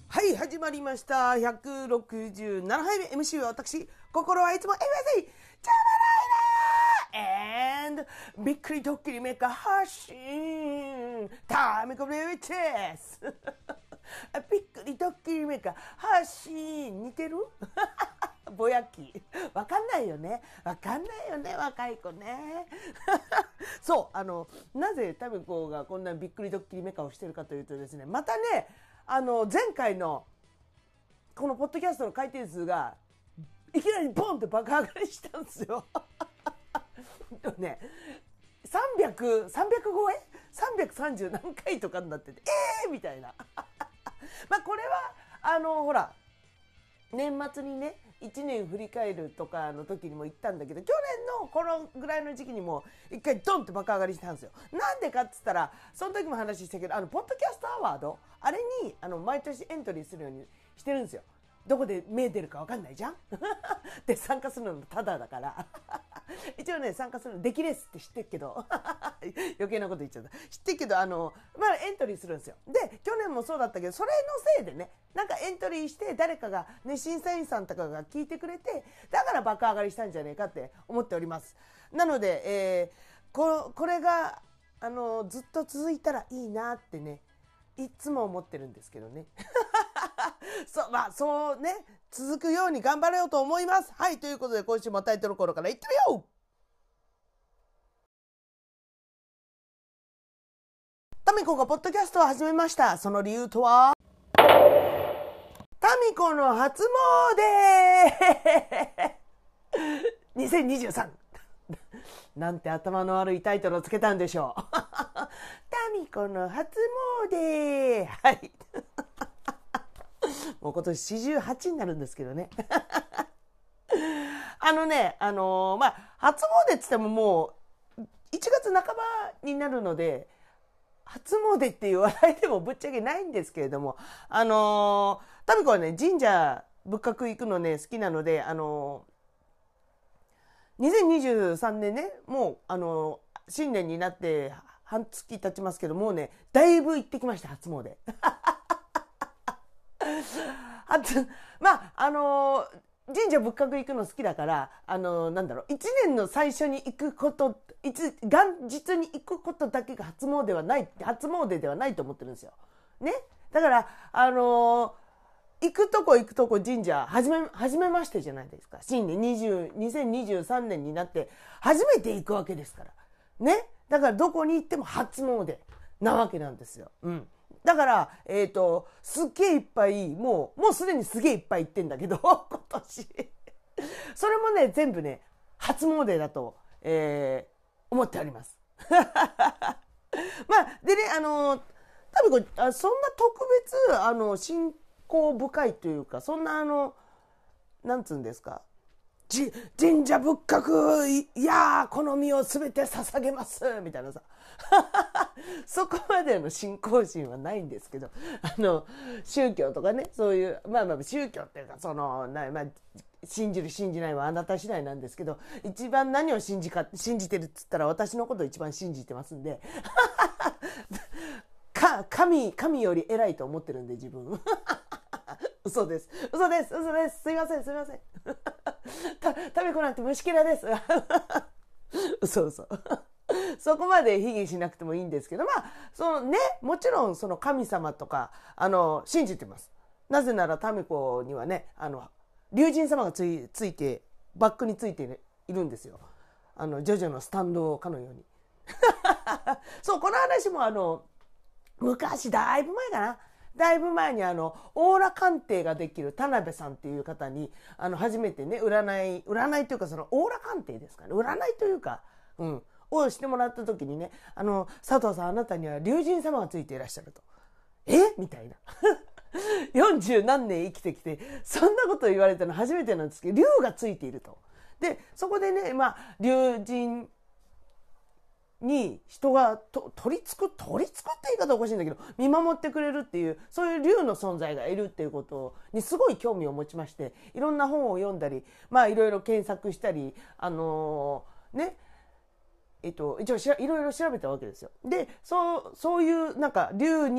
はい、始まりました。167杯目 MC は私、心はいつも MC、ジャマライナー and びっくりドッキリメーカー発信タミコブリューチェスびっくりドッキリメーカー発信似てるぼやきわかんないよね若い子ねそうなぜタミコがこんなびっくりドッキリメーカーをしてるかというとですね、またね前回のこのポッドキャストの回転数がいきなりボンって爆上がりしたんですよね、300超え330何回とかになっててみたいなまあこれはほら年末にね1年振り返るとかの時にも言ったんだけど、去年のこのぐらいの時期にも一回ドンって爆上がりしたんですよ。なんでかっつったら、その時も話したけど、ポッドキャストアワードあれに毎年エントリーするようにしてるんですよ。どこで目出るか分かんないじゃんで参加するのもタダだから一応ね参加するのできレースって知ってるけど余計なこと言っちゃった。知ってるけどまあエントリーするんですよ。で去年もそうだったけど、それのせいでねなんかエントリーして誰かがね審査員さんとかが聞いてくれて、だから爆上がりしたんじゃねえかって思っております。なので、これがずっと続いたらいいなってねいつも思ってるんですけどねそうね続くように頑張れようと思います。はい、ということで今週もタイトルコールからいってみよう。タミコがポッドキャストを始めました。その理由とは、タミコの初詣2023なんて頭の悪いタイトルをつけたんでしょうタミコの初詣、はいもう今年48になるんですけどね初詣っつってももう1月半ばになるので、初詣っていう話題でもぶっちゃけないんですけれども、タミコはね神社仏閣行くのね好きなので、2023年ねもう新年になって半月経ちますけど、もうねだいぶ行ってきました、初詣神社仏閣行くの好きだから、1年の最初に行くこと元日に行くことだけが初詣ではないと思ってるんですよ。ね、だから行くとこ神社始めましてじゃないですか。新年2023年になって初めて行くわけですからね。だからどこに行っても初詣なわけなんですよ。だからすっげえいっぱいもうすでにすげえいっぱい行ってんだけど今年それもね全部ね初詣だと、思っておりますでね多分そんな特別信仰深いというか、そんななんつうんですか、神社仏閣いやこの身を全て捧げますみたいなさそこまでの信仰心はないんですけど、宗教とかねそういう宗教っていうか信じる信じないはあなた次第なんですけど、一番何を信じてるっつったら私のことを一番信じてますんで神より偉いと思ってるんで自分嘘ですすいませんタミコなんて虫けらです嘘そこまで卑下しなくてもいいんですけど、もちろんその神様とか信じてます。なぜならタミコにはね龍神様がついてバックについているんですよ。ジョジョのスタンドかのようにそうこの話も昔だいぶ前にオーラ鑑定ができる田辺さんっていう方に初めてね占いというかそのオーラ鑑定ですかね、占いというかをしてもらった時にね佐藤さんあなたには龍神様がついていらっしゃるとみたいな40何年生きてきてそんなこと言われたの初めてなんですけど、龍がついていると。でそこでね龍神に人が取り付くって言い方おかしいんだけど見守ってくれるっていう、そういう竜の存在がいるっていうことにすごい興味を持ちまして、いろんな本を読んだりいろいろ検索したり一応いろいろ調べたわけですよ。でそういうなんか竜に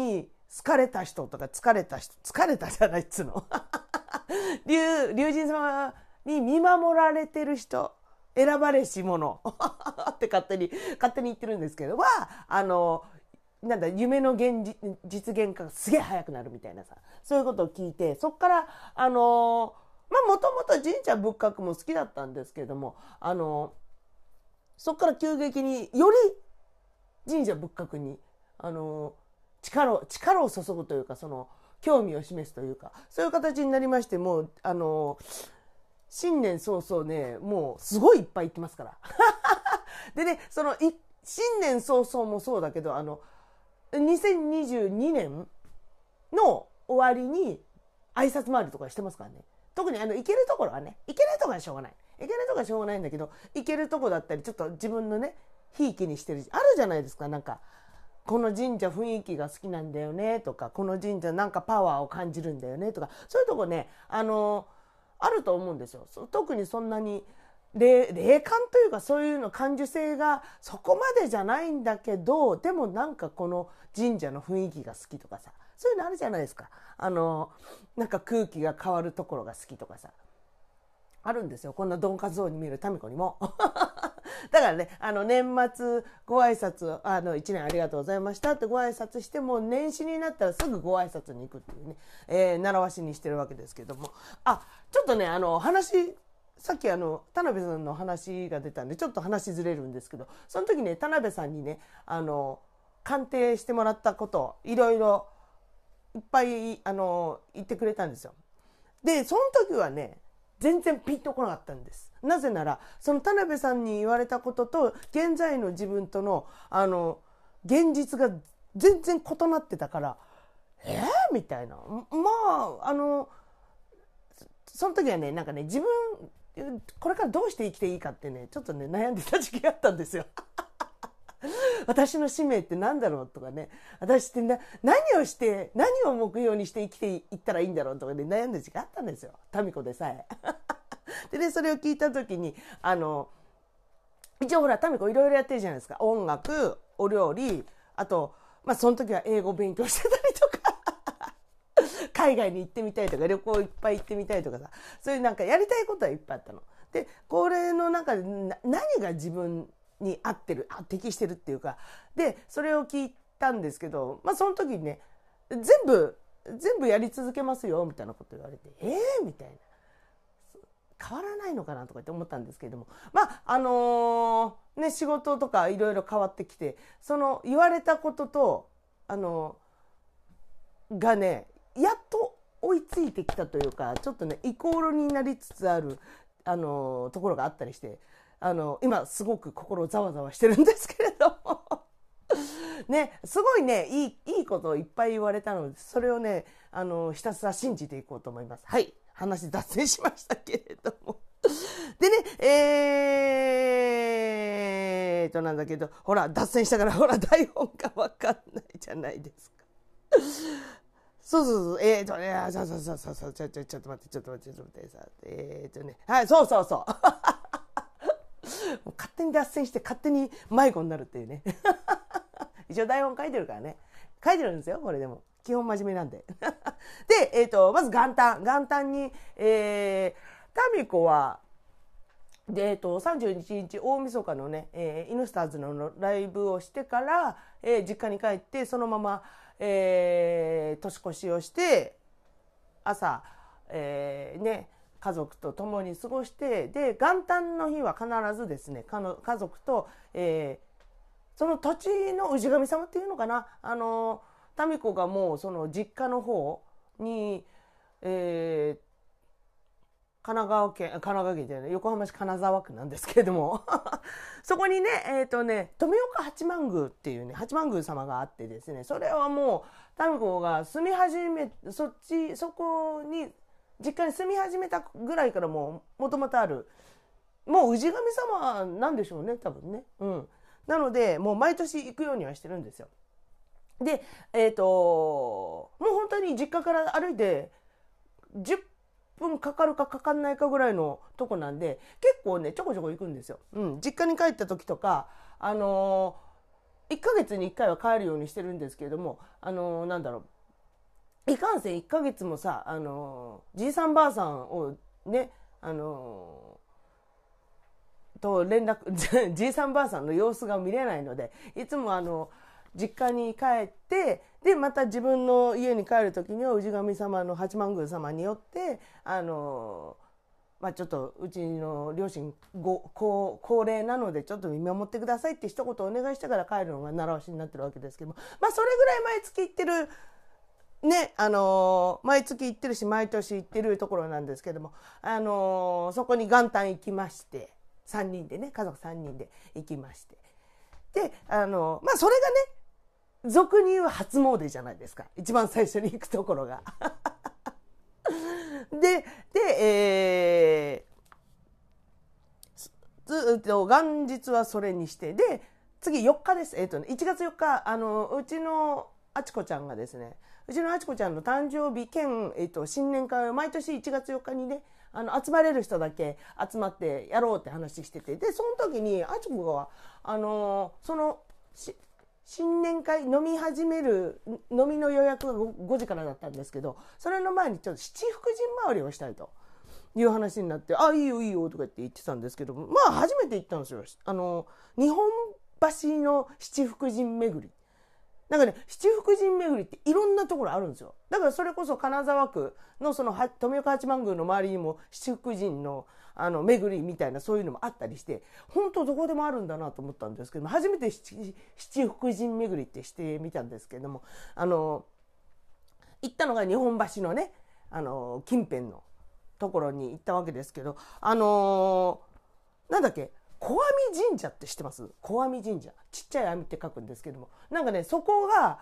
好かれた人とか疲れたじゃないっつうの龍神様に見守られてる人、選ばれし者って勝手に言ってるんですけどなんだ、夢の実現化がすげえ早くなるみたいなさ、そういうことを聞いて、そっからもともと神社仏閣も好きだったんですけれども、そっから急激により神社仏閣に力を注ぐというか、その興味を示すというか、そういう形になりまして、もう新年早々ね、もうすごいいっぱい行ってますからでね、その新年早々もそうだけど、2022年の終わりに挨拶回りとかしてますからね。特に行けるところはね、行けないところはしょうがない。行けないところはしょうがないんだけど、行けるところだったり、ちょっと自分のね、ひいきにしてる、あるじゃないですか。なんか、この神社雰囲気が好きなんだよねとか、この神社なんかパワーを感じるんだよねとか、そういうとこね、あると思うんですよ。特にそんなに霊感というか、そういうの感受性がそこまでじゃないんだけど、でもなんかこの神社の雰囲気が好きとかさ、そういうのあるじゃないですか。なんか空気が変わるところが好きとかさ、あるんですよ。こんなドンカツ王に見える民子にもだからね、年末ご挨拶、1年ありがとうございましたってご挨拶して、も年始になったらすぐご挨拶に行くっていうね、習わしにしてるわけですけども、ちょっとね、話、さっき田辺さんの話が出たんで、ちょっと話ずれるんですけど、その時ね、田辺さんにね、鑑定してもらったことをいろいろいっぱい言ってくれたんですよ。で、その時はね、全然ピンとこなかったんです。なぜなら、その田辺さんに言われたことと現在の自分との現実が全然異なってたから、みたいな。その時はね、なんかね、自分これからどうして生きていいかってね、ちょっとね悩んでた時期があったんですよ私の使命って何だろうとかね、私って何をして何を目標にして生きていったらいいんだろうとかね、悩んだ時期があったんですよ、民子でさえでね、それを聞いた時に一応ほら民子いろいろやってるじゃないですか。音楽、お料理、あとその時は英語勉強してたりとか海外に行ってみたいとか、旅行いっぱい行ってみたいとかさ、そういうなんかやりたいことはいっぱいあったの。で、これの中で何が自分に合ってる、適してるっていうか、で、それを聞いたんですけど、その時にね、全部やり続けますよ、みたいなこと言われて、みたいな。変わらないのかなとかって思ったんですけれども、ね、仕事とかいろいろ変わってきて、その言われたことと、がね、やっと追いついてきたというか、ちょっとねイコールになりつつあるところがあったりして、今すごく心ざわざわしてるんですけれどもね、すごいねいいことをいっぱい言われたので、それをねひたすら信じていこうと思います。はい、話脱線しましたけれどもでね、なんだけど、ほら脱線したから、ほら台本が分かんないじゃないですかそう、そう、そう、ちょっと待ってさ、はい、そうもう勝手に脱線して勝手に迷子になるっていうね一応台本書いてるからね、書いてるんですよ、これでも基本真面目なんでで、まず元旦に民子は31日大晦日のね、イヌスターズのライブをしてから、実家に帰って、そのまま年越しをして朝、家族と共に過ごして、で元旦の日は必ずですね、家族と、その土地の氏神様っていうのかな、民子がもうその実家の方に、神奈川県じゃない、横浜市金沢区なんですけれどもそこにね、富岡八幡宮っていうね、八幡宮様があってですね、それはもう民子が住み始め、そこに実家に住み始めたぐらいからもともとある、もう氏神様なんでしょうね、多分ね。なのでもう毎年行くようにはしてるんですよ。でもう本当に実家から歩いて10分かかるかかかんないかぐらいのとこなんで、結構ねちょこちょこ行くんですよ。実家に帰った時とか1ヶ月に1回は帰るようにしてるんですけれども、なんだろいかんせん1ヶ月もさ、じいさんばあさんをね、と連絡じいさんばあさんの様子が見れないので、いつも実家に帰って、でまた自分の家に帰る時には氏神様の八幡宮様によってちょっとうちの両親高齢なのでちょっと見守ってくださいって一言お願いしてから帰るのが習わしになってるわけですけども、それぐらい毎月行ってるね、毎月行ってるし毎年行ってるところなんですけども、そこに元旦行きまして、3人でね、家族3人で行きまして、でそれがね俗に言う初詣じゃないですか、一番最初に行くところがずっと元日はそれにして、で次4日です。1月4日うちのあちこちゃんがですね、うちのあちこちゃんの誕生日兼、新年会を毎年1月4日にね集まれる人だけ集まってやろうって話してて、でその時にあちこがその新年会飲み始める飲みの予約が 5時からだったんですけど、それの前にちょっと七福神回りをしたいという話になって、いいよいいよとかって言ってたんですけど、初めて行ったんですよ。日本橋の七福神巡り。なんかね、七福神巡りっていろんなところあるんですよ。だからそれこそ金沢区のその富岡八幡宮の周りにも七福神の巡りみたいなそういうのもあったりして、本当どこでもあるんだなと思ったんですけども、初めて七福神巡りってしてみたんですけれども、行ったのが日本橋のね近辺のところに行ったわけですけど、なんだっけ、小網神社って知ってます？小網神社、ちっちゃい網って書くんですけども、なんかねそこが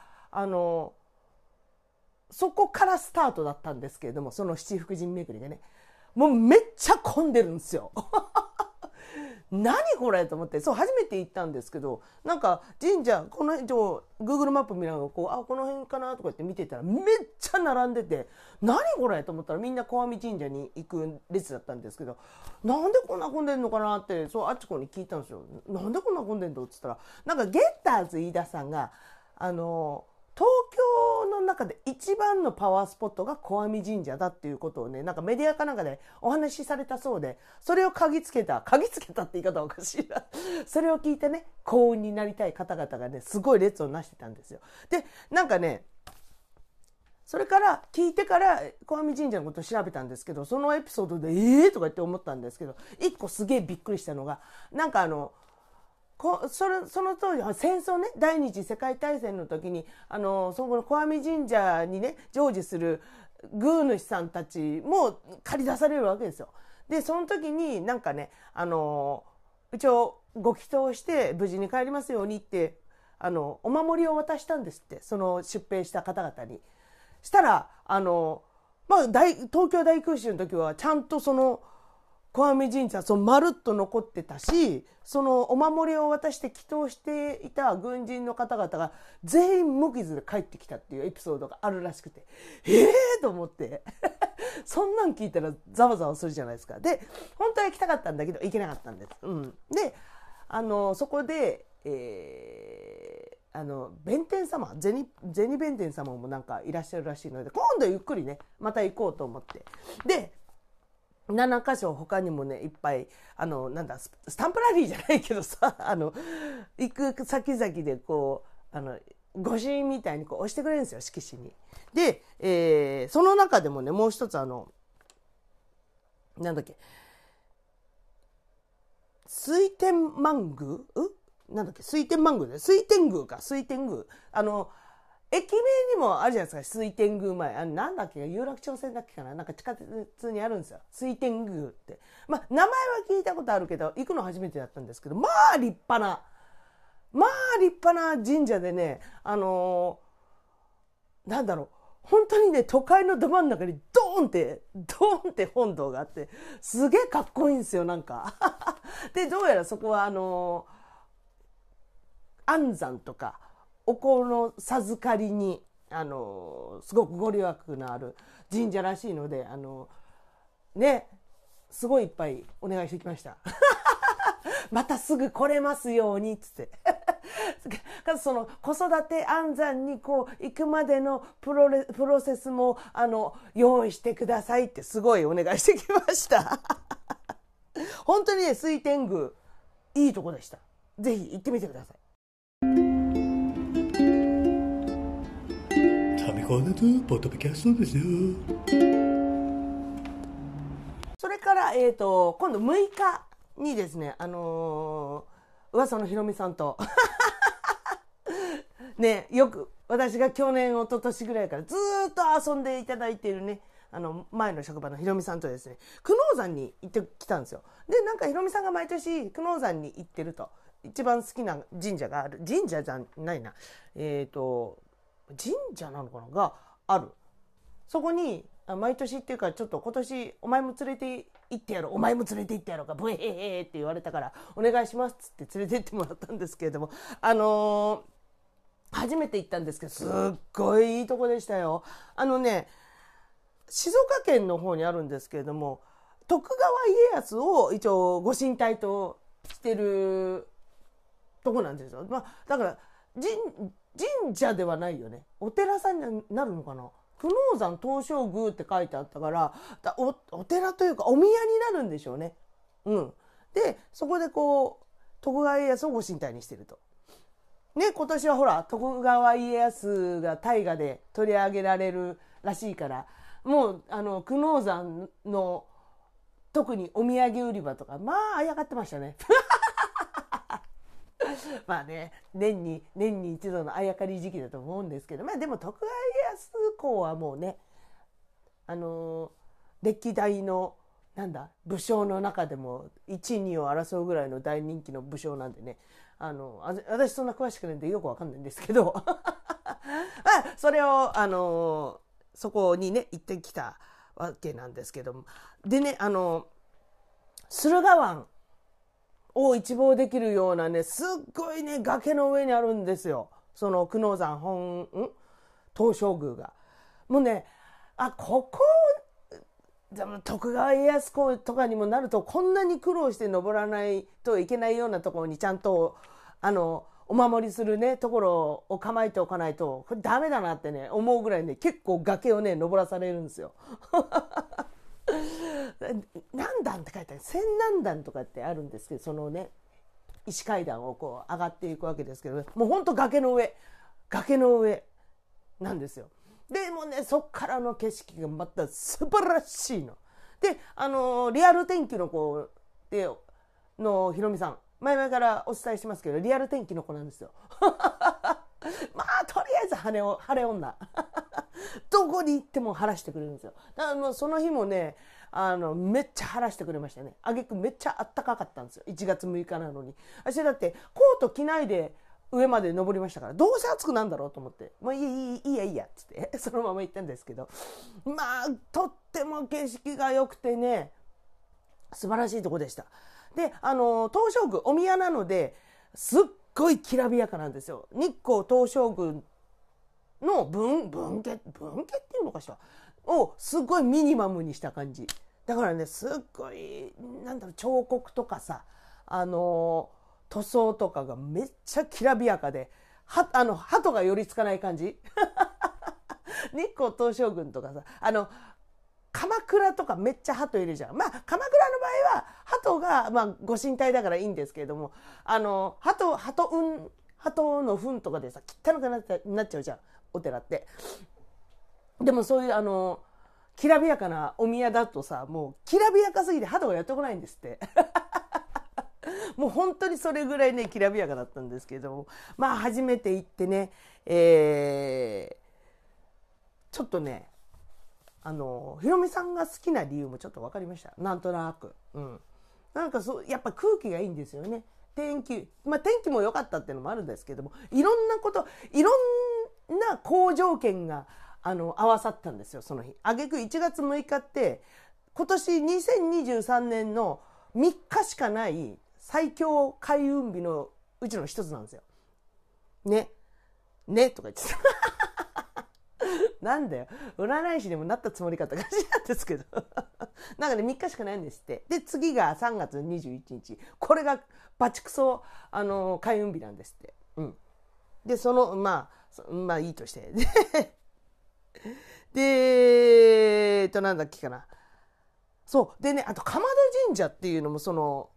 そこからスタートだったんですけれども、その七福神巡りがねもうめっちゃ混んでるんですよ何これと思って、そう初めて行ったんですけど、なんか神社この辺Google マップ見ながらこの辺かなとかって見てたらめっちゃ並んでて、何これと思ったらみんな小網神社に行く列だったんですけど、なんでこんな混んでんのかなってそうあっちこに聞いたんですよ。なんでこんな混んでんのって言ったら、なんかゲッターズ飯田さんが東京の中で一番のパワースポットが小網神社だっていうことをね、なんかメディアかなんかでお話しされたそうで、それを嗅ぎつけたって言い方はおかしいなそれを聞いてね幸運になりたい方々がねすごい列をなしてたんですよ。でなんかねそれから聞いてから小網神社のことを調べたんですけど、そのエピソードでとかって思ったんですけど、一個すげえびっくりしたのが、なんかその当時戦争ね、第二次世界大戦の時にその小網神社にね常時する宮主さんたちも借り出されるわけですよ。でその時になんかね一応ご祈祷して無事に帰りますようにってお守りを渡したんですって、その出兵した方々に。したら東京大空襲の時はちゃんとその小網神社まるっと残ってたし、そのお守りを渡して祈祷していた軍人の方々が全員無傷で帰ってきたっていうエピソードがあるらしくて、と思ってそんなん聞いたらざわざわするじゃないですか。で本当は行きたかったんだけど行けなかったんです。でそこで、弁天様銭弁天様もなんかいらっしゃるらしいので、今度ゆっくりねまた行こうと思って、で7箇所他にもねいっぱいスタンプラリーじゃないけどさ行く先々でこう御朱印みたいにこう押してくれるんですよ、色紙に。で、その中でもねもう一つなんだっけ、水天満宮なんだっけ、水天満宮で水天宮駅名にもあるじゃないですか、水天宮前。なんだっけ、有楽町線だっけかな、なんか地下鉄にあるんですよ、水天宮って。名前は聞いたことあるけど行くの初めてだったんですけど、立派な神社でね、なんだろう、本当にね都会のど真ん中にドーンって本堂があって、すげえかっこいいんですよなんかでどうやらそこは安産とかお子の授かりにすごくご利益のある神社らしいのでねすごいいっぱいお願いしてきましたまたすぐ来れますようにっつってかつその子育て安産にこう行くまでのプロセスも用意してくださいってすごいお願いしてきました本当にね、水天宮いいとこでした。ぜひ行ってみてください。 タミコンだとポッドキャストですよ。 それから今度6日にですね、噂のひろみさんとね、よく私が去年一昨年ぐらいからずっと遊んでいただいているね、前の職場のひろみさんとですね、久能山に行ってきたんですよ。で、なんかひろみさんが毎年久能山に行ってると、一番好きな神社がある、神社じゃないな、神社なのかながある。そこに毎年っていうか、ちょっと今年お前も連れて行ってやろう、お前も連れて行ってやろうか、ブエヘヘって言われたからお願いしますっつって連れて行ってもらったんですけれども、初めて行ったんですけど、すっごいいいとこでしたよ。静岡県の方にあるんですけれども、徳川家康を一応ご神体としてるとこなんですよ。だから神社ではないよね。お寺さんになるのかな。久能山東照宮って書いてあったから、お寺というかお宮になるんでしょうね。で、そこでこう徳川家康をご神体にしてると。ね、今年はほら徳川家康が大河で取り上げられるらしいから、もう久能山の特にお土産売り場とかあやがってましたねまあね、年に一度のあやかり時期だと思うんですけど、でも徳川家康公はもうね、歴代の武将の中でも1、2を争うぐらいの大人気の武将なんでね、私そんな詳しくないんでよくわかんないんですけどそれをそこにね行ってきたわけなんですけども、でね、駿河湾を一望できるようなね、すっごいね崖の上にあるんですよ、その久能山東照宮が。もうね、ここでも徳川家康公とかにもなるとこんなに苦労して登らないといけないようなところにちゃんとお守りするねところを構えておかないとこれダメだなってね思うぐらいね、結構崖をね登らされるんですよ何段って書いてある、千何段とかってあるんですけど、そのね石階段をこう上がっていくわけですけど、もうほんと崖の上なんですよ。でもね、そっからの景色がまた素晴らしいので、リアル天気の子のひろみさん、前々からお伝えしてますけど、リアル天気の子なんですよとりあえず晴れ女どこに行っても晴らしてくれるんですよ。だからもうその日もね、めっちゃ晴らしてくれましたね。挙句めっちゃあったかかったんですよ、1月6日なのに。私だってコート着ないで上まで登りましたから、どうせ暑くなんだろうと思って、もういいやっつってそのまま行ったんですけど、とっても景色が良くてね、素晴らしいとこでした。で、東照宮お宮なのですっごいきらびやかなんですよ。日光東照宮の分家っていうのかしらをすっごいミニマムにした感じだからね、すっごい彫刻とかさ、塗装とかがめっちゃきらびやかで、鳩が寄りつかない感じ日光東照宮とかさ、鎌倉とかめっちゃ鳩いるじゃん。鎌倉の場合は鳩が、ご神体だからいいんですけれども、鳩の糞とかでさ汚くなっちゃうじゃん、お寺って。でもそういうきらびやかなお宮だとさ、もうきらびやかすぎて鳩がやってこないんですってもう本当にそれぐらいねきらびやかだったんですけども、初めて行ってね、ちょっとねひろみさんが好きな理由もちょっと分かりました、なんとなく。なんかやっぱ空気がいいんですよね。天気も良かったっていうのもあるんですけども、いろんな好条件が合わさったんですよ、その日。挙句1月6日って今年2023年の3日しかない最強開運日のうちの一つなんですよ。ねとか言ってたなんだよ、占い師でもなったつもりかって感じなんですけどなんかね3日しかないんですって。で次が3月21日、これがバチクソ開運日なんですって。 でまあいいとしてでなんだっけかな。そうでね、あと竈門神社っていうのも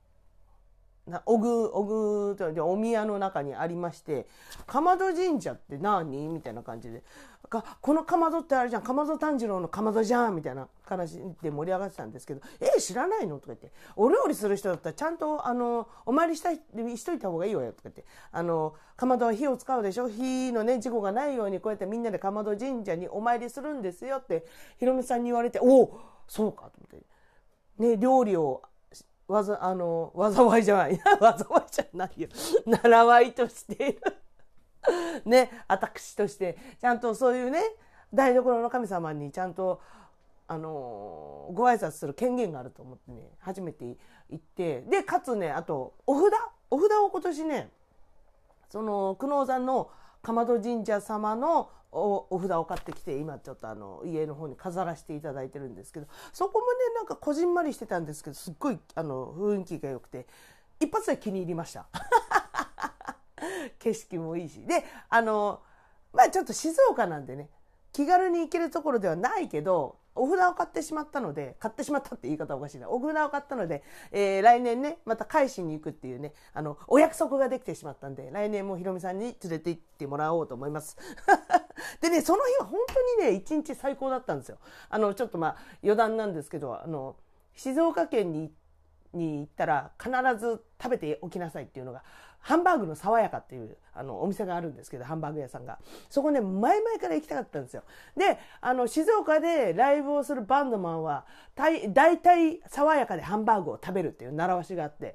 お宮の中にありまして、竈門神社って何みたいな感じで、この竈門ってあれじゃん、竈門炭治郎の竈門じゃんみたいな話で盛り上がってたんですけど、知らないのとか言って、お料理する人だったらちゃんとお参りしといた方がいいわよとか言って、竈門は火を使うでしょ、火のね事故がないようにこうやってみんなで竈門神社にお参りするんですよってひろみさんに言われて、そうかと思ってね、料理を災いじゃないよ習わいとしているね、私としてちゃんとそういうね台所の神様にちゃんとご挨拶する権限があると思ってね、初めて行って、でかつね、あとお札を今年ね、久能山の竈門神社様のお札を買ってきて、今ちょっと家の方に飾らせていただいてるんですけど、そこもねなんかこじんまりしてたんですけど、すっごい雰囲気が良くて一発で気に入りました景色もいいし、でちょっと静岡なんでね気軽に行けるところではないけど、お札を買ってしまったって言い方おかしいな、お札を買ったので、来年ねまた返しに行くっていうねお約束ができてしまったんで、来年もひろみさんに連れて行ってもらおうと思いますでね、その日は本当にね一日最高だったんですよ。ちょっと余談なんですけど、静岡県に行ったら必ず食べておきなさいっていうのが、ハンバーグの爽やかっていうお店があるんですけど、ハンバーグ屋さんが、そこね前々から行きたかったんですよ。で静岡でライブをするバンドマンは大体爽やかでハンバーグを食べるっていう習わしがあって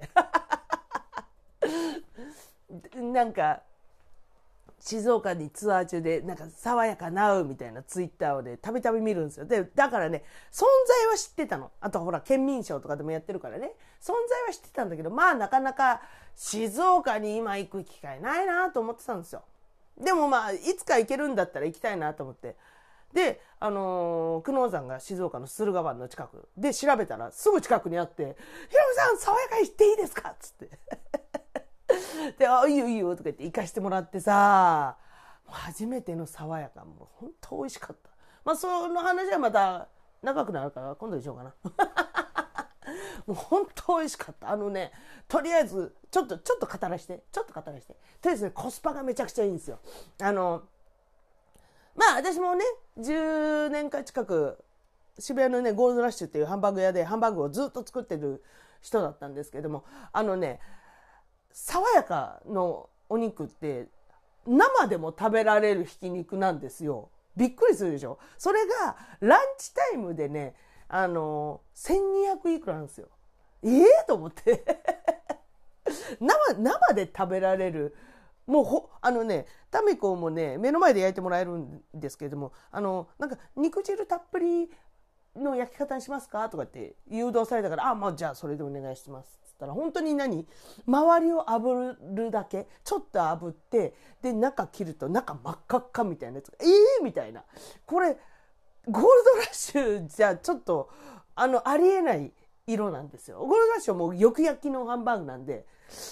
なんか静岡にツアー中でなんか爽やかなうみたいなツイッターをねたびたび見るんですよ。でだからね存在は知ってたの。あとほら県民賞とかでもやってるからね、存在は知ってたんだけど、なかなか静岡に今行く機会ないなと思ってたんですよ。でもいつか行けるんだったら行きたいなと思って、で久能山が静岡の駿河湾の近くで調べたらすぐ近くにあって、ひろみさん爽やかに行っていいですかっつってでいいよいいよとか言って行かしてもらってさ、初めての爽やか、もう本当美味しかった。その話はまた長くなるから今度にしようかなもう本当美味しかった。とりあえずちょっと語らしてとりあえずねコスパがめちゃくちゃいいんですよ。私もね10年間近く渋谷のねゴールドラッシュっていうハンバーグ屋でハンバーグをずっと作ってる人だったんですけども、爽やかのお肉って生でも食べられるひき肉なんですよ。びっくりするでしょ。それがランチタイムでね1200いくらなんですよ。と思って生で食べられる、もうタミコもね目の前で焼いてもらえるんですけれども、なんか肉汁たっぷりの焼き方にしますかとかって誘導されたから、じゃあそれでお願いしますっつったら、本当に周りを炙るだけ、ちょっと炙ってで中切ると中真っ赤っかみたいなやつがみたいな、これゴールドラッシュじゃちょっとありえない色なんですよ。ゴールドラッシュはもうよく焼きのハンバーグなんで、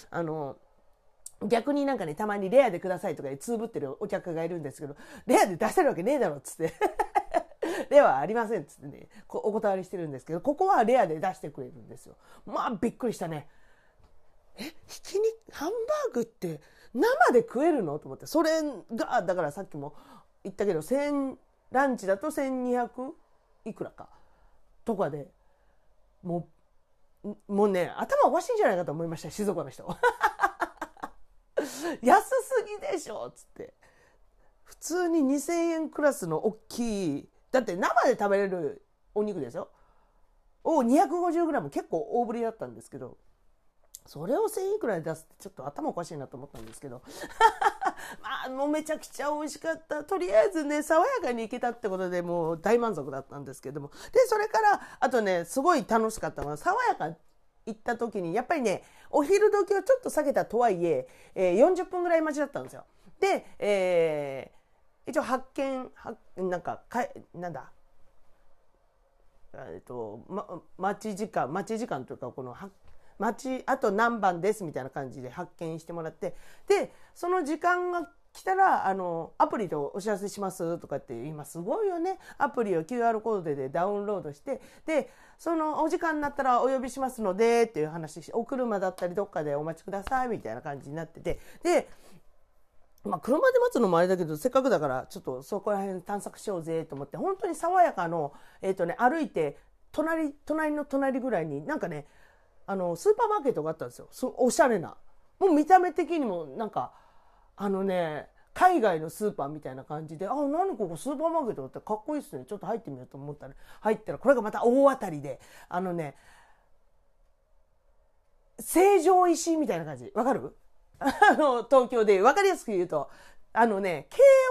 逆にねたまにレアでくださいとかでつぶってるお客がいるんですけど、レアで出せるわけねえだろっつってレアはありませんっつってねお断りしてるんですけど、ここはレアで出してくれるんですよ。びっくりしたね。ひき肉ハンバーグって生で食えるのと思って、それがだからさっきも言ったけどランチだと1200いくらかとかで、もうね頭おかしいんじゃないかと思いました、静岡の人安すぎでしょっつって。普通に2000円クラスの大きい、だって生で食べれるお肉ですよを 250g 結構大ぶりだったんですけど、それを1000円くらいで出すってちょっと頭おかしいなと思ったんですけどもうめちゃくちゃ美味しかった。とりあえずね爽やかにいけたってことでもう大満足だったんですけども、でそれからあとねすごい楽しかったのは、爽やか行った時にやっぱりねお昼時をちょっと下げたとはいえ40分ぐらい待ちだったんですよ。で、一応待ち時間というか、このあと何番ですみたいな感じで発見してもらって、でその時間が来たらアプリでお知らせしますとかって今すごいよね。アプリを QR コードでダウンロードして、でそのお時間になったらお呼びしますのでっていう話して、お車だったりどっかでお待ちくださいみたいな感じになってて、で車で待つのもあれだけど、せっかくだからちょっとそこら辺探索しようぜと思って、本当に爽やかの歩いて隣の隣ぐらいになんかねスーパーマーケットがあったんですよ。おしゃれな、もう見た目的にもなんか海外のスーパーみたいな感じで、何ここスーパーマーケットってかっこいいっすね、ちょっと入ってみようと思ったら、入ったらこれがまた大当たりで、成城石井みたいな感じ、わかる？東京でわかりやすく言うと、慶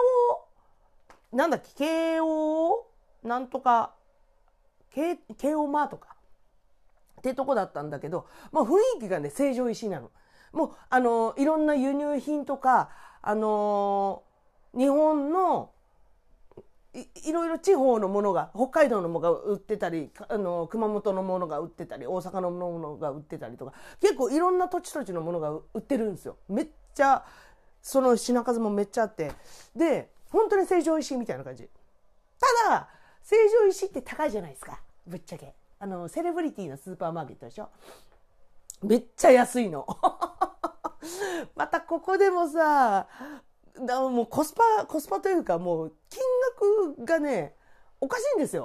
応なんとか慶応マートかってとこだったんだけど、雰囲気がね成城石井なの。もういろんな輸入品とか日本のいろいろ地方のものが、北海道のものが売ってたり、熊本のものが売ってたり、大阪のものが売ってたりとか、結構いろんな土地土地のものが売ってるんですよ。めっちゃその品数もめっちゃあって、で本当に成城石井みたいな感じ。ただ成城石井って高いじゃないですか、ぶっちゃけ。セレブリティのスーパーマーケットでしょ。めっちゃ安いの。またここでもさ、もうコスパというか、もう金額がねおかしいんですよ。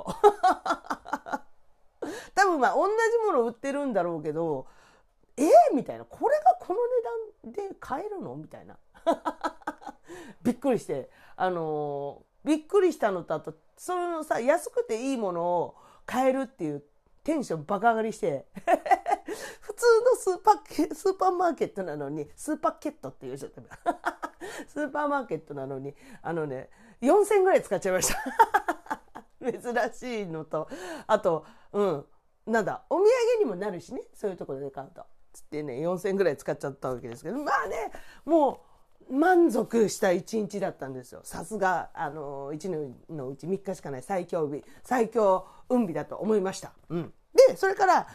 多分同じもの売ってるんだろうけど、みたいな、これがこの値段で買えるのみたいな。びっくりして、びっくりしたのと、あとそのさ、安くていいものを買えるっていうテンションバカ上がりして。普通のスーパーマーケットなのに、スーパーケットって言うじゃん。スーパーマーケットなのに4000円ぐらい使っちゃいました。珍しいのと、あとなんだ、お土産にもなるしね、そういうところで買うとつってね、4000円ぐらい使っちゃったわけですけど、もう満足した1日だったんですよ。さすが1年のうち3日しかない最強運日だと思いました。でそれから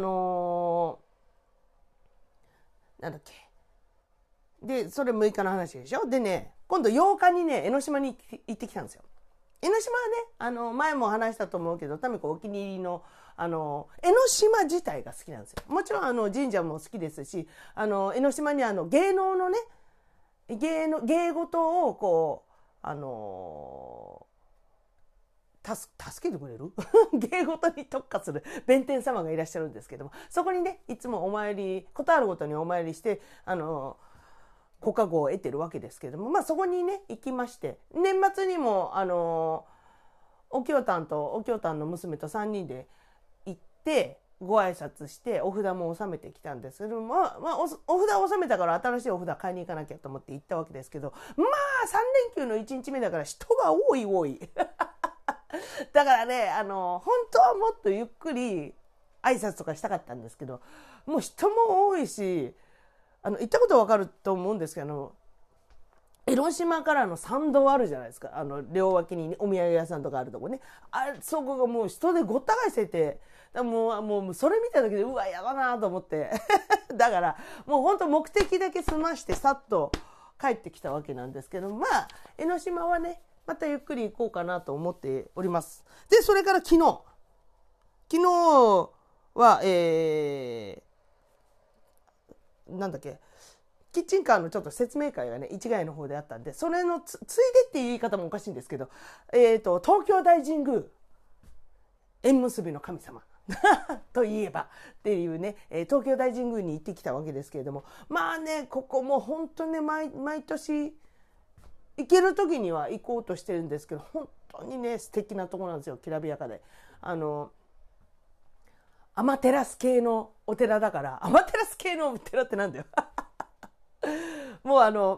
なんだっけ、でそれ6日の話でしょ。でね、今度8日にね江ノ島に行ってきたんですよ。江ノ島はね前も話したと思うけど、タミコお気に入りの江ノ島自体が好きなんですよ。もちろん神社も好きですし、江ノ島に芸能のね芸事をこう助けてくれる芸事に特化する弁天様がいらっしゃるんですけども、そこにねいつもことあるごとにお参りしてご加護を得てるわけですけども、そこにね行きまして、年末にもお京丹の娘と3人で行ってご挨拶してお札も納めてきたんですけど、お札納めたから新しいお札買いに行かなきゃと思って行ったわけですけど、3連休の1日目だから人が多い。だからね本当はもっとゆっくり挨拶とかしたかったんですけど、もう人も多いし、行ったことは分かると思うんですけど、江ノ島からの参道あるじゃないですか、両脇に、ね、お土産屋さんとかあるとこね、そこがもう人でごった返してて、もうそれ見ただけでうわやだなと思ってだからもう本当目的だけ済ましてさっと帰ってきたわけなんですけど、江ノ島はねまたゆっくり行こうかなと思っております。でそれから昨日はなんだっけ、キッチンカーのちょっと説明会がね市ヶ谷の方であったんで、それのついでっていう言い方もおかしいんですけど、東京大神宮縁結びの神様といえばっていうね、東京大神宮に行ってきたわけですけれども、ここも本当に毎年行ける時には行こうとしてるんですけど、本当にね素敵なところなんですよ、きらびやかで。アマテラス系のお寺だから、アマテラス系のお寺ってなんだよもう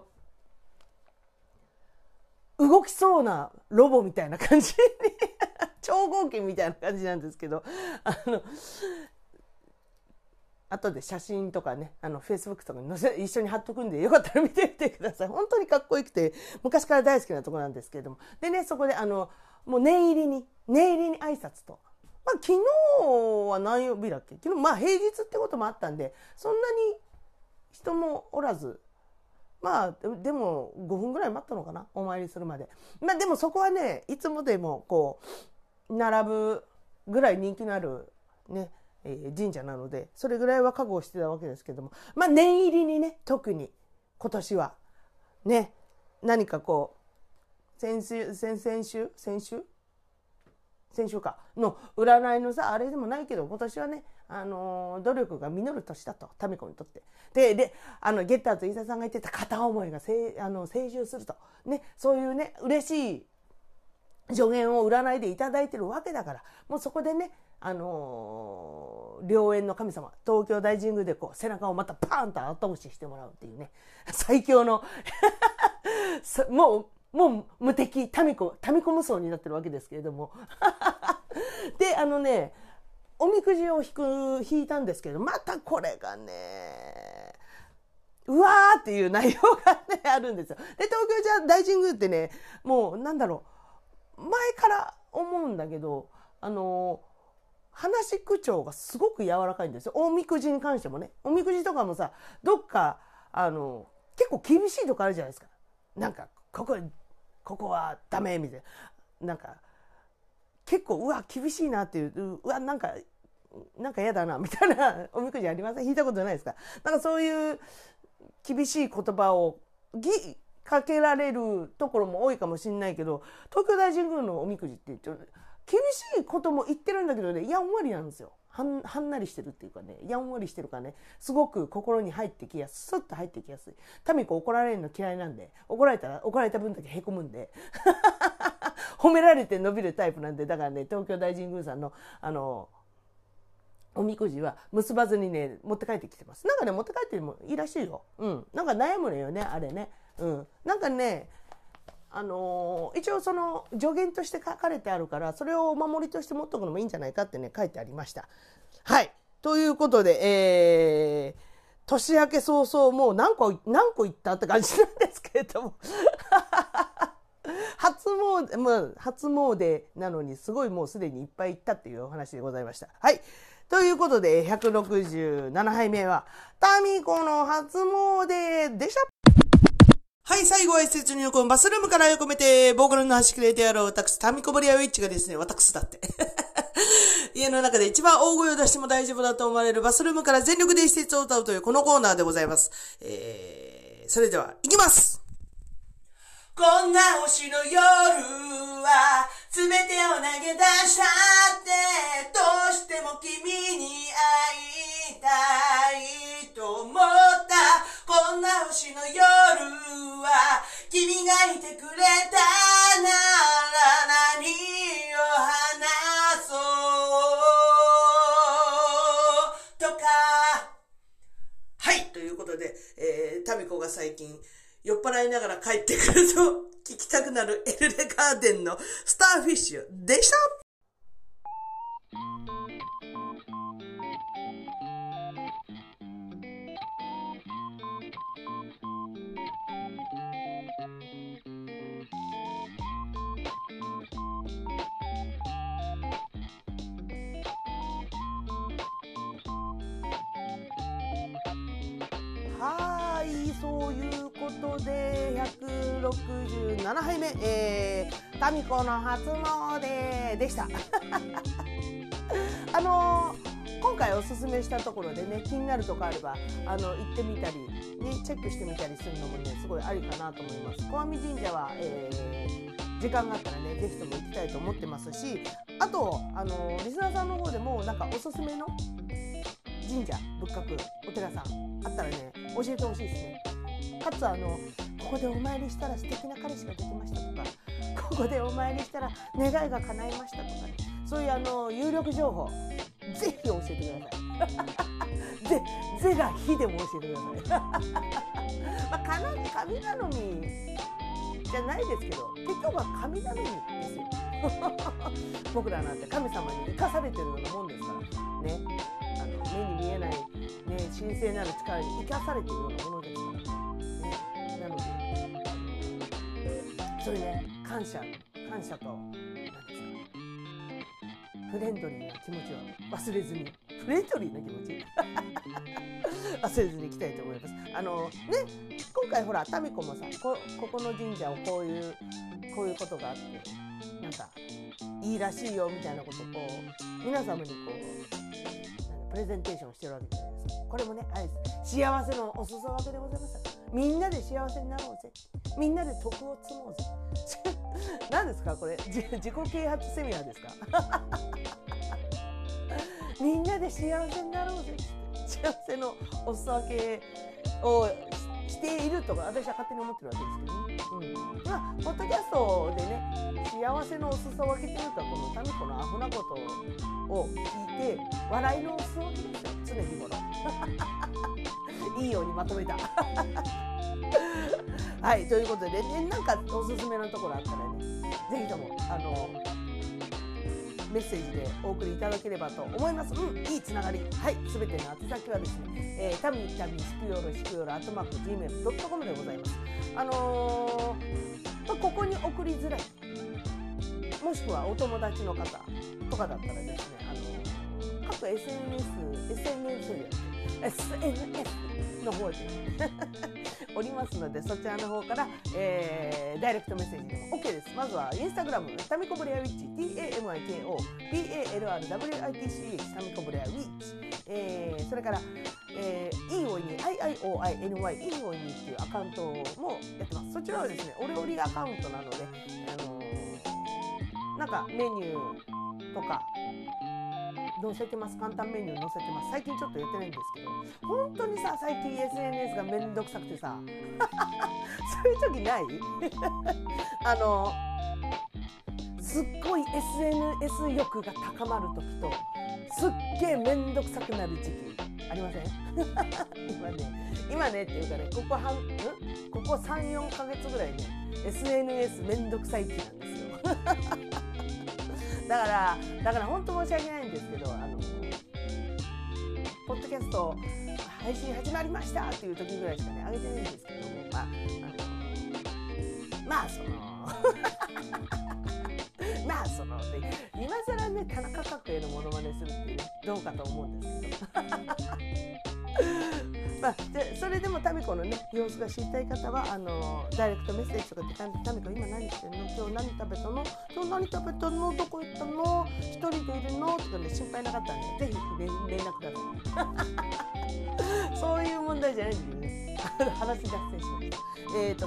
動きそうなロボみたいな感じ超合金みたいな感じなんですけど、後で写真とかねFacebook とかに一緒に貼っとくんで、よかったら見てみてください。本当にかっこよくて昔から大好きなところなんですけれども、でねそこでもう念入りに挨拶とまあ昨日は何曜日だっけ、昨日まあ平日ってこともあったんでそんなに人もおらず、まあでも5分ぐらい待ったのかな、お参りするまで。まあでもそこはね、いつもでもこう並ぶぐらい人気のあるね、神社なのでそれぐらいは覚悟してたわけですけども、まあ念入りにね、特に今年はね、何かこう先週かの占いのさ、あれでもないけど今年はね、努力が実る年だと、民子にとって。でゲッターズ飯田さんが言ってた片思いが成就するとね、そういうね嬉しい助言を占いでいただいてるわけだから、もうそこでね、良縁の神様東京大神宮でこう背中をまたパーンと後押ししてもらうっていうね、最強のもう無敵民子無双になってるわけですけれどもでおみくじを引いたんですけど、またこれがねうわーっていう内容がねあるんですよ。で東京大神宮ってね、もうなんだろう、前から思うんだけど話し口調がすごく柔らかいんですよ。おみくじに関してもね、おみくじとかもさ、どっか結構厳しいとこあるじゃないですか。なんかここはダメみたいな、なんか結構うわ厳しいなっていう、うわなんか嫌だなみたいなおみくじありません？引いたことないですか？なんかそういう厳しい言葉をかけられるところも多いかもしれないけど、東京大神宮のおみくじって厳しいことも言ってるんだけどね、やんわりなんですよ。はんなりしてるっていうかね、やんわりしてるからね、すごく心に入ってきやすい、スッと入ってきやすい。民子怒られるの嫌いなんで、怒られた分だけへこむんで褒められて伸びるタイプなんで、だからね、東京大神宮さんのおみくじは結ばずにね持って帰ってきてます。なんかね持って帰ってもいいらしいよ。なんか悩むのよねあれね。なんかね一応その助言として書かれてあるから、それをお守りとして持っとくのもいいんじゃないかってね書いてありました。はい、ということで、年明け早々もう何個いったって感じなんですけれども初詣なのにすごいもうすでにいっぱい行ったっていうお話でございました。はい、ということで167杯目は民子の初詣でした。はい、最後は一節入魂バスルームからよ込めて、ボーカルの端くれてやろう、私、民子ボリアウィッチがですね、私だって。家の中で一番大声を出しても大丈夫だと思われるバスルームから全力で一節を歌うというこのコーナーでございます。それでは、いきます。こんな星の夜は、全てを投げ出したって、どうしても君に会いたいと思った。こんな星の夜は、君がいてくれたなら何を話そうとか。はい、ということで、民子が最近、酔っ払いながら帰ってくると聞きたくなるエルレガーデンのスターフィッシュでした。はい、そういうことで167杯目、民子の初詣でした今回おすすめしたところでね、気になるとこあれば行ってみたり、ね、チェックしてみたりするのもねすごいありかなと思います。小網神社は、時間があったらねぜひとも行きたいと思ってますし、あとリスナーさんの方でもなんかおすすめの神社仏閣お寺さんあったらね教えてほしいですね。かつここでお参りしたら素敵な彼氏ができましたとか、ここでお参りしたら願いが叶いましたとかね、そういう有力情報ぜひ教えてくださいぜがひでも教えてくださいまあ神頼みじゃないですけど、結局は神頼みですよ僕らなんて神様に生かされてるようなもんですからね。目に見えない、ね、神聖なる力に生かされているようなものですからね。なのでそういうね感謝と何ですか、 フレンドリーな気持ちを忘れずに、フレンドリーな気持ち忘れずにいきたいと思います。今回ほらタミコもさ、ここの神社をこういうことがあってなんかいいらしいよみたいなことをこう皆様にこうプレゼンテーションしてるわけじゃないですか。これもねあれです、幸せのお裾分けでございます。みんなで幸せになろうぜ、みんなで徳を積もうぜ何ですかこれ、自己啓発セミナーですかみんなで幸せになろうぜって幸せのお裾分けをしているとか私は勝手に思ってるわけですけどね。まあポッドキャストでね幸せのお裾分けというか、このタミコのアホなことを聞いて笑いのお裾分けですよ、常日頃いいようにまとめたはい、ということで、なんかおすすめのところあったらね、ぜひともメッセージでお送りいただければと思います。いいつながり。はい、すべての宛先はですね、タミしくよろ@gmail.com でございます。ここに送りづらい、もしくはお友達の方とかだったらですね、各 SNS の方でおりますので、そちらの方から、ダイレクトメッセージでも OK です。まずはインスタグラムタミコブレアウィッチ TAMIKOBALRWITCH タミコブレアウィッチ、それから、いいおいに IIOINY いいおいにっていうアカウントもやってます。そちらはですねお料理アカウントなので、なんかメニューとか載せてます。簡単メニュー載せてます。最近ちょっとやってないんですけど、本当にさ最近 SNS がめんどくさくてさそういう時ないすっごい SNS 欲が高まる時とすっげえめんどくさくなる時期ありません今ねっていうかね、ここ 3,4 ヶ月ぐらいね SNS めんどくさい期なんですよだから本当申し訳ないんですけど、ポッドキャスト配信始まりましたっていう時ぐらいしかね上げてないんですけども、そので今更ね田中角栄のモノマネするっていうどうかと思うんですけどそれでもタミコのね様子が知りたい方はダイレクトメッセージとかでタミコ今何してんの、今日何食べたの、どこ行ったの、一人でいるのとかね心配なかったらねぜひ連絡くださいそういう問題じゃないんでね話脱線しました。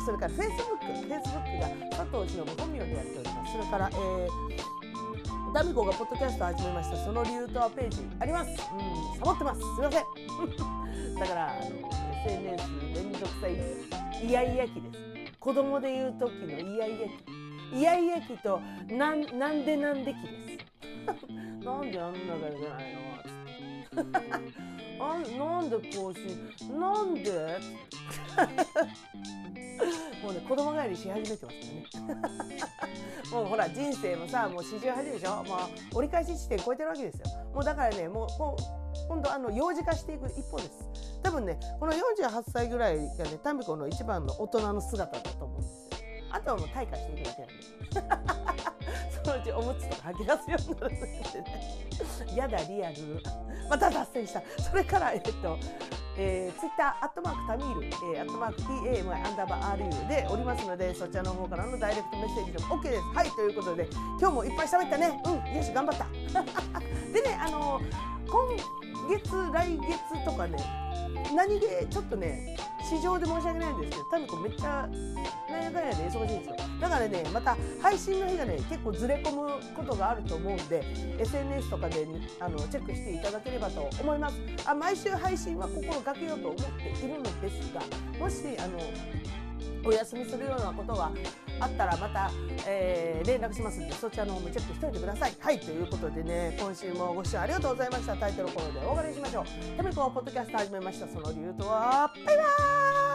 それから Facebook が佐藤忍本名でやっております。それからタミコがポッドキャストを始めましたその理由とはページあります。サボってます、すいませんだからSNS めんどくさいイヤイヤ期です。子供で言う時のイヤイヤ期となんで期ですなんでやんなきゃいけないのなんでこうしなんでもうね子供帰りし始めてますからねもうほら人生もさもう48でしょ、もう折り返し地点超えてるわけですよ。もうだからねもう今度幼児化していく一方です。多分ねこの48歳ぐらいがねタミコの一番の大人の姿だと思うんですよ。あとはもう退化していくだけなんでそのうちおむつとか吐き出すようになるんでねやだリアルまた脱線した。それからツイッタータミール@TAMI_RU でおりますので、そちらの方からのダイレクトメッセージでも OK です。はい、ということで今日もいっぱい喋ったね。よし頑張ったでね今月来月とかね何気ちょっとね市場で申し訳ないんですけどタミコめっちゃなんやかんやで忙しいんですよ。だからねまた配信の日がね結構ずれ込むことがあると思うんで SNS とかでチェックしていただければと思います。毎週配信は心がけようと思っているのですが、もしお休みするようなことがあったらまた、連絡しますのでそちらの方もチェックしておいてください。はい、ということでね今週もご視聴ありがとうございました。タイトルコールでお別れしましょう。タミコはポッドキャスト始めましたその理由とはバイバーイ。